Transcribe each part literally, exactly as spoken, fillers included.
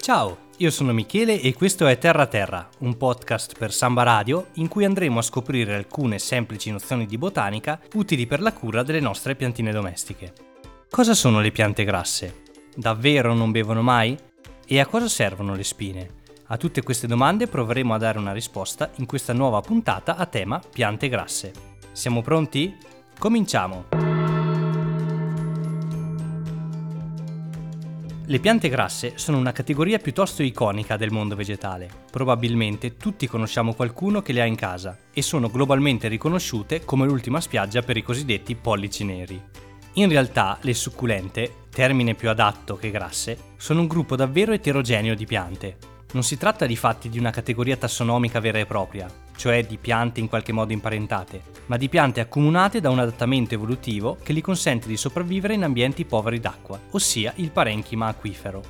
Ciao, io sono Michele e questo è Terra Terra, un podcast per Samba Radio in cui andremo a scoprire alcune semplici nozioni di botanica utili per la cura delle nostre piantine domestiche. Cosa sono le piante grasse? Davvero non bevono mai? E a cosa servono le spine? A tutte queste domande proveremo a dare una risposta in questa nuova puntata a tema piante grasse. Siamo pronti? Cominciamo! Le piante grasse sono una categoria piuttosto iconica del mondo vegetale. Probabilmente tutti conosciamo qualcuno che le ha in casa e sono globalmente riconosciute come l'ultima spiaggia per i cosiddetti pollici neri. In realtà le succulente, termine più adatto che grasse, sono un gruppo davvero eterogeneo di piante. Non si tratta di fatti di una categoria tassonomica vera e propria, cioè di piante in qualche modo imparentate, ma di piante accomunate da un adattamento evolutivo che gli consente di sopravvivere in ambienti poveri d'acqua, ossia il parenchima acquifero.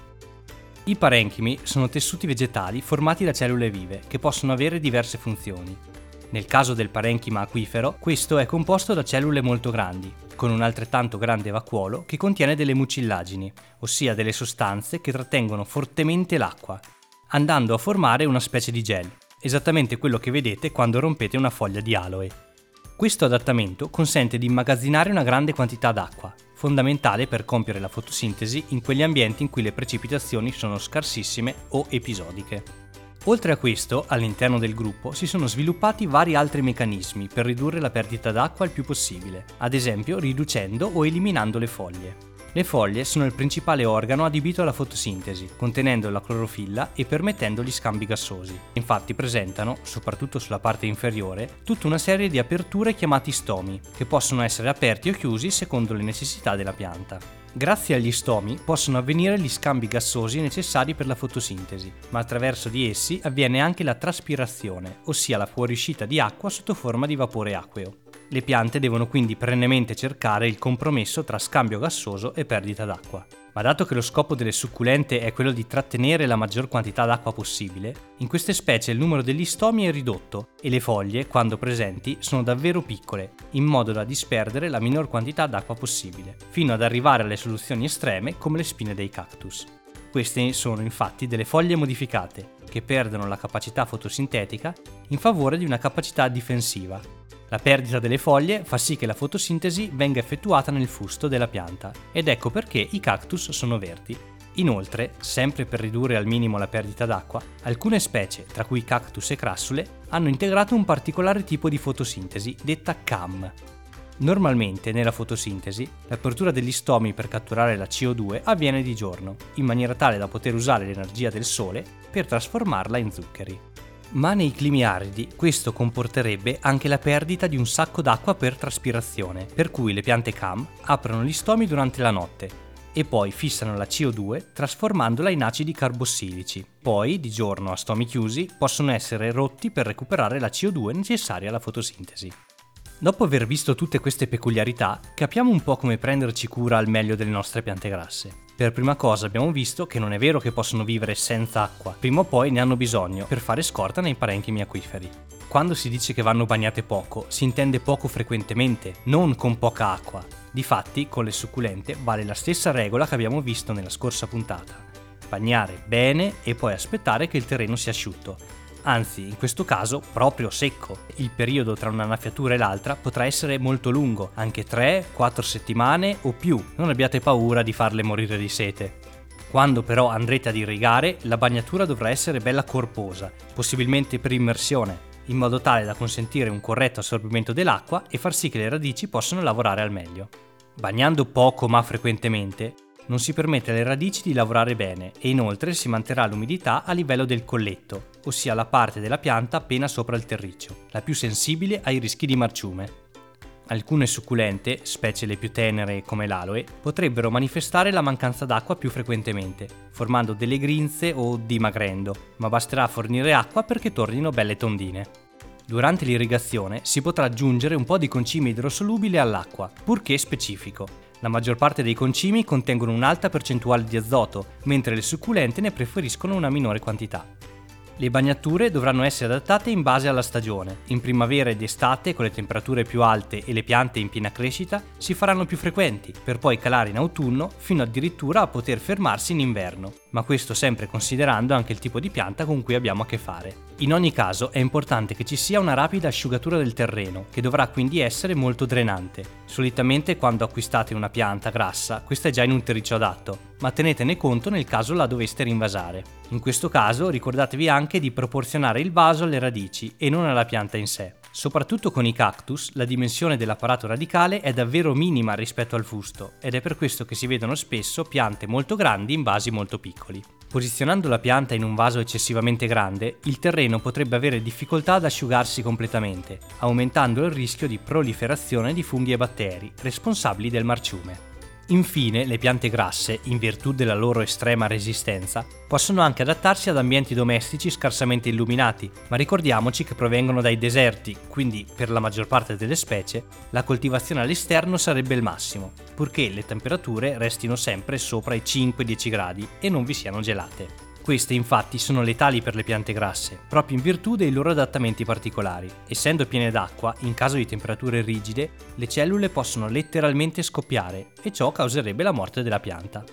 I parenchimi sono tessuti vegetali formati da cellule vive che possono avere diverse funzioni. Nel caso del parenchima acquifero, questo è composto da cellule molto grandi, con un altrettanto grande vacuolo che contiene delle mucillagini, ossia delle sostanze che trattengono fortemente l'acqua, andando a formare una specie di gel, esattamente quello che vedete quando rompete una foglia di aloe. Questo adattamento consente di immagazzinare una grande quantità d'acqua, fondamentale per compiere la fotosintesi in quegli ambienti in cui le precipitazioni sono scarsissime o episodiche. Oltre a questo, all'interno del gruppo si sono sviluppati vari altri meccanismi per ridurre la perdita d'acqua il più possibile, ad esempio riducendo o eliminando le foglie. Le foglie sono il principale organo adibito alla fotosintesi, contenendo la clorofilla e permettendo gli scambi gassosi. Infatti presentano, soprattutto sulla parte inferiore, tutta una serie di aperture chiamati stomi, che possono essere aperti o chiusi secondo le necessità della pianta. Grazie agli stomi possono avvenire gli scambi gassosi necessari per la fotosintesi, ma attraverso di essi avviene anche la traspirazione, ossia la fuoriuscita di acqua sotto forma di vapore acqueo. Le piante devono quindi perennemente cercare il compromesso tra scambio gassoso e perdita d'acqua. Ma dato che lo scopo delle succulente è quello di trattenere la maggior quantità d'acqua possibile, in queste specie il numero degli stomi è ridotto e le foglie, quando presenti, sono davvero piccole, in modo da disperdere la minor quantità d'acqua possibile, fino ad arrivare alle soluzioni estreme come le spine dei cactus. Queste sono infatti delle foglie modificate, che perdono la capacità fotosintetica in favore di una capacità difensiva. La perdita delle foglie fa sì che la fotosintesi venga effettuata nel fusto della pianta ed ecco perché i cactus sono verdi. Inoltre, sempre per ridurre al minimo la perdita d'acqua, alcune specie, tra cui cactus e crassule, hanno integrato un particolare tipo di fotosintesi detta C A M. Normalmente nella fotosintesi l'apertura degli stomi per catturare la C O due avviene di giorno, in maniera tale da poter usare l'energia del sole per trasformarla in zuccheri. Ma nei climi aridi questo comporterebbe anche la perdita di un sacco d'acqua per traspirazione, per cui le piante C A M aprono gli stomi durante la notte e poi fissano la C O due trasformandola in acidi carbossilici. Poi, di giorno a stomi chiusi, possono essere rotti per recuperare la C O due necessaria alla fotosintesi. Dopo aver visto tutte queste peculiarità, capiamo un po' come prenderci cura al meglio delle nostre piante grasse. Per prima cosa abbiamo visto che non è vero che possono vivere senza acqua, prima o poi ne hanno bisogno per fare scorta nei parenchimi acquiferi. Quando si dice che vanno bagnate poco, si intende poco frequentemente, non con poca acqua. Difatti, con le succulente vale la stessa regola che abbiamo visto nella scorsa puntata: bagnare bene e poi aspettare che il terreno sia asciutto. Anzi, in questo caso proprio secco. Il periodo tra un'annaffiatura e l'altra potrà essere molto lungo, anche tre quattro settimane o più. Non abbiate paura di farle morire di sete. Quando però andrete ad irrigare, la bagnatura dovrà essere bella corposa, possibilmente per immersione, in modo tale da consentire un corretto assorbimento dell'acqua e far sì che le radici possano lavorare al meglio. Bagnando poco ma frequentemente, non si permette alle radici di lavorare bene e inoltre si manterrà l'umidità a livello del colletto, ossia la parte della pianta appena sopra il terriccio, la più sensibile ai rischi di marciume. Alcune succulente, specie le più tenere come l'aloe, potrebbero manifestare la mancanza d'acqua più frequentemente, formando delle grinze o dimagrendo, ma basterà fornire acqua perché tornino belle tondine. Durante l'irrigazione si potrà aggiungere un po' di concime idrosolubile all'acqua, purché specifico. La maggior parte dei concimi contengono un'alta percentuale di azoto, mentre le succulente ne preferiscono una minore quantità. Le bagnature dovranno essere adattate in base alla stagione. In primavera ed estate, con le temperature più alte e le piante in piena crescita, si faranno più frequenti, per poi calare in autunno, fino addirittura a poter fermarsi in inverno, ma questo sempre considerando anche il tipo di pianta con cui abbiamo a che fare. In ogni caso è importante che ci sia una rapida asciugatura del terreno, che dovrà quindi essere molto drenante. Solitamente quando acquistate una pianta grassa, questa è già in un terriccio adatto, ma tenetene conto nel caso la doveste rinvasare. In questo caso ricordatevi anche di proporzionare il vaso alle radici e non alla pianta in sé. Soprattutto con i cactus, la dimensione dell'apparato radicale è davvero minima rispetto al fusto ed è per questo che si vedono spesso piante molto grandi in vasi molto piccoli. Posizionando la pianta in un vaso eccessivamente grande, il terreno potrebbe avere difficoltà ad asciugarsi completamente, aumentando il rischio di proliferazione di funghi e batteri, responsabili del marciume. Infine, le piante grasse, in virtù della loro estrema resistenza, possono anche adattarsi ad ambienti domestici scarsamente illuminati, ma ricordiamoci che provengono dai deserti, quindi per la maggior parte delle specie la coltivazione all'esterno sarebbe il massimo, purché le temperature restino sempre sopra i cinque dieci gradi e non vi siano gelate. Queste infatti sono letali per le piante grasse, proprio in virtù dei loro adattamenti particolari. Essendo piene d'acqua, in caso di temperature rigide, le cellule possono letteralmente scoppiare e ciò causerebbe la morte della pianta.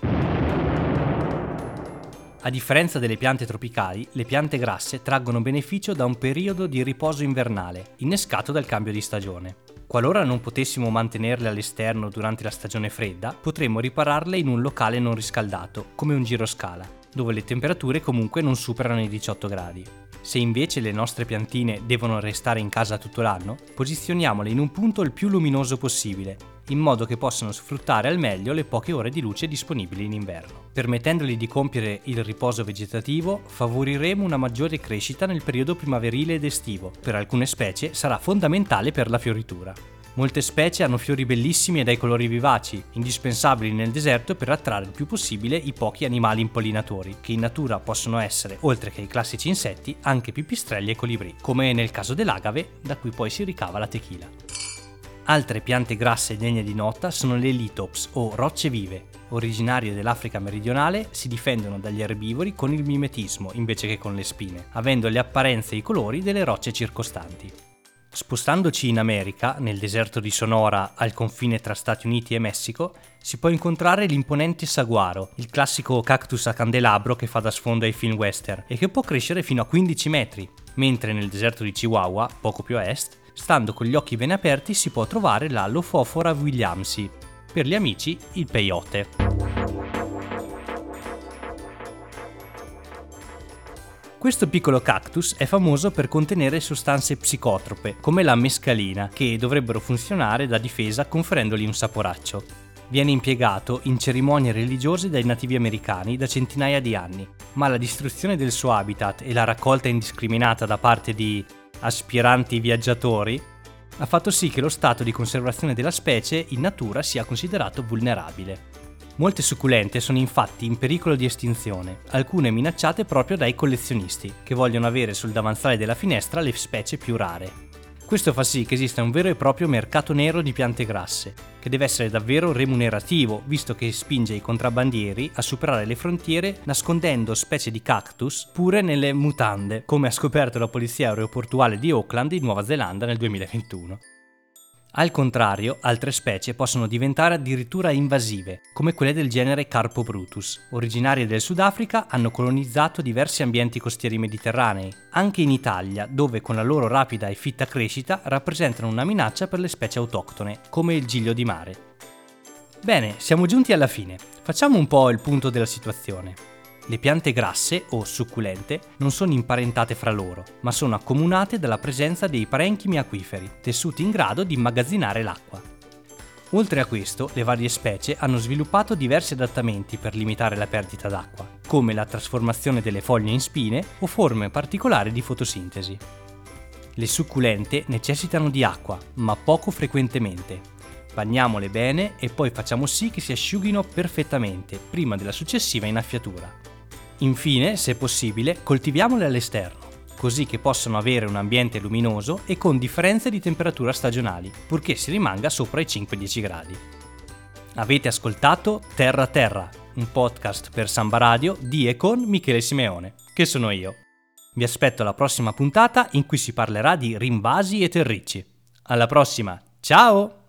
A differenza delle piante tropicali, le piante grasse traggono beneficio da un periodo di riposo invernale, innescato dal cambio di stagione. Qualora non potessimo mantenerle all'esterno durante la stagione fredda, potremmo ripararle in un locale non riscaldato, come un giroscala, dove le temperature comunque non superano i diciotto gradi. Se invece le nostre piantine devono restare in casa tutto l'anno, posizioniamole in un punto il più luminoso possibile, in modo che possano sfruttare al meglio le poche ore di luce disponibili in inverno. Permettendogli di compiere il riposo vegetativo, favoriremo una maggiore crescita nel periodo primaverile ed estivo. Per alcune specie sarà fondamentale per la fioritura. Molte specie hanno fiori bellissimi e dai colori vivaci, indispensabili nel deserto per attrarre il più possibile i pochi animali impollinatori, che in natura possono essere, oltre che i classici insetti, anche pipistrelli e colibrì, come nel caso dell'agave, da cui poi si ricava la tequila. Altre piante grasse degne di nota sono le litops o rocce vive. Originarie dell'Africa meridionale, si difendono dagli erbivori con il mimetismo invece che con le spine, avendo le apparenze e i colori delle rocce circostanti. Spostandoci in America, nel deserto di Sonora, al confine tra Stati Uniti e Messico, si può incontrare l'imponente saguaro, il classico cactus a candelabro che fa da sfondo ai film western e che può crescere fino a quindici metri, mentre nel deserto di Chihuahua, poco più a est, stando con gli occhi ben aperti si può trovare la Lophophora williamsi, per gli amici il peyote. Questo piccolo cactus è famoso per contenere sostanze psicotrope, come la mescalina, che dovrebbero funzionare da difesa conferendogli un saporaccio. Viene impiegato in cerimonie religiose dai nativi americani da centinaia di anni, ma la distruzione del suo habitat e la raccolta indiscriminata da parte di aspiranti viaggiatori ha fatto sì che lo stato di conservazione della specie in natura sia considerato vulnerabile. Molte succulente sono infatti in pericolo di estinzione, alcune minacciate proprio dai collezionisti, che vogliono avere sul davanzale della finestra le specie più rare. Questo fa sì che esista un vero e proprio mercato nero di piante grasse, che deve essere davvero remunerativo, visto che spinge i contrabbandieri a superare le frontiere nascondendo specie di cactus pure nelle mutande, come ha scoperto la polizia aeroportuale di Auckland in Nuova Zelanda nel duemilaventuno. Al contrario, altre specie possono diventare addirittura invasive, come quelle del genere Carpobrutus. Originarie del Sudafrica, hanno colonizzato diversi ambienti costieri mediterranei, anche in Italia, dove con la loro rapida e fitta crescita rappresentano una minaccia per le specie autoctone, come il giglio di mare. Bene, siamo giunti alla fine. Facciamo un po' il punto della situazione. Le piante grasse, o succulente, non sono imparentate fra loro, ma sono accomunate dalla presenza dei parenchimi acquiferi, tessuti in grado di immagazzinare l'acqua. Oltre a questo, le varie specie hanno sviluppato diversi adattamenti per limitare la perdita d'acqua, come la trasformazione delle foglie in spine o forme particolari di fotosintesi. Le succulente necessitano di acqua, ma poco frequentemente. Bagniamole bene e poi facciamo sì che si asciughino perfettamente prima della successiva innaffiatura. Infine, se possibile, coltiviamole all'esterno, così che possano avere un ambiente luminoso e con differenze di temperatura stagionali, purché si rimanga sopra i cinque dieci gradi. Avete ascoltato Terra Terra, un podcast per Samba Radio di e con Michele Simeone, che sono io. Vi aspetto alla prossima puntata in cui si parlerà di rinvasi e terricci. Alla prossima, ciao!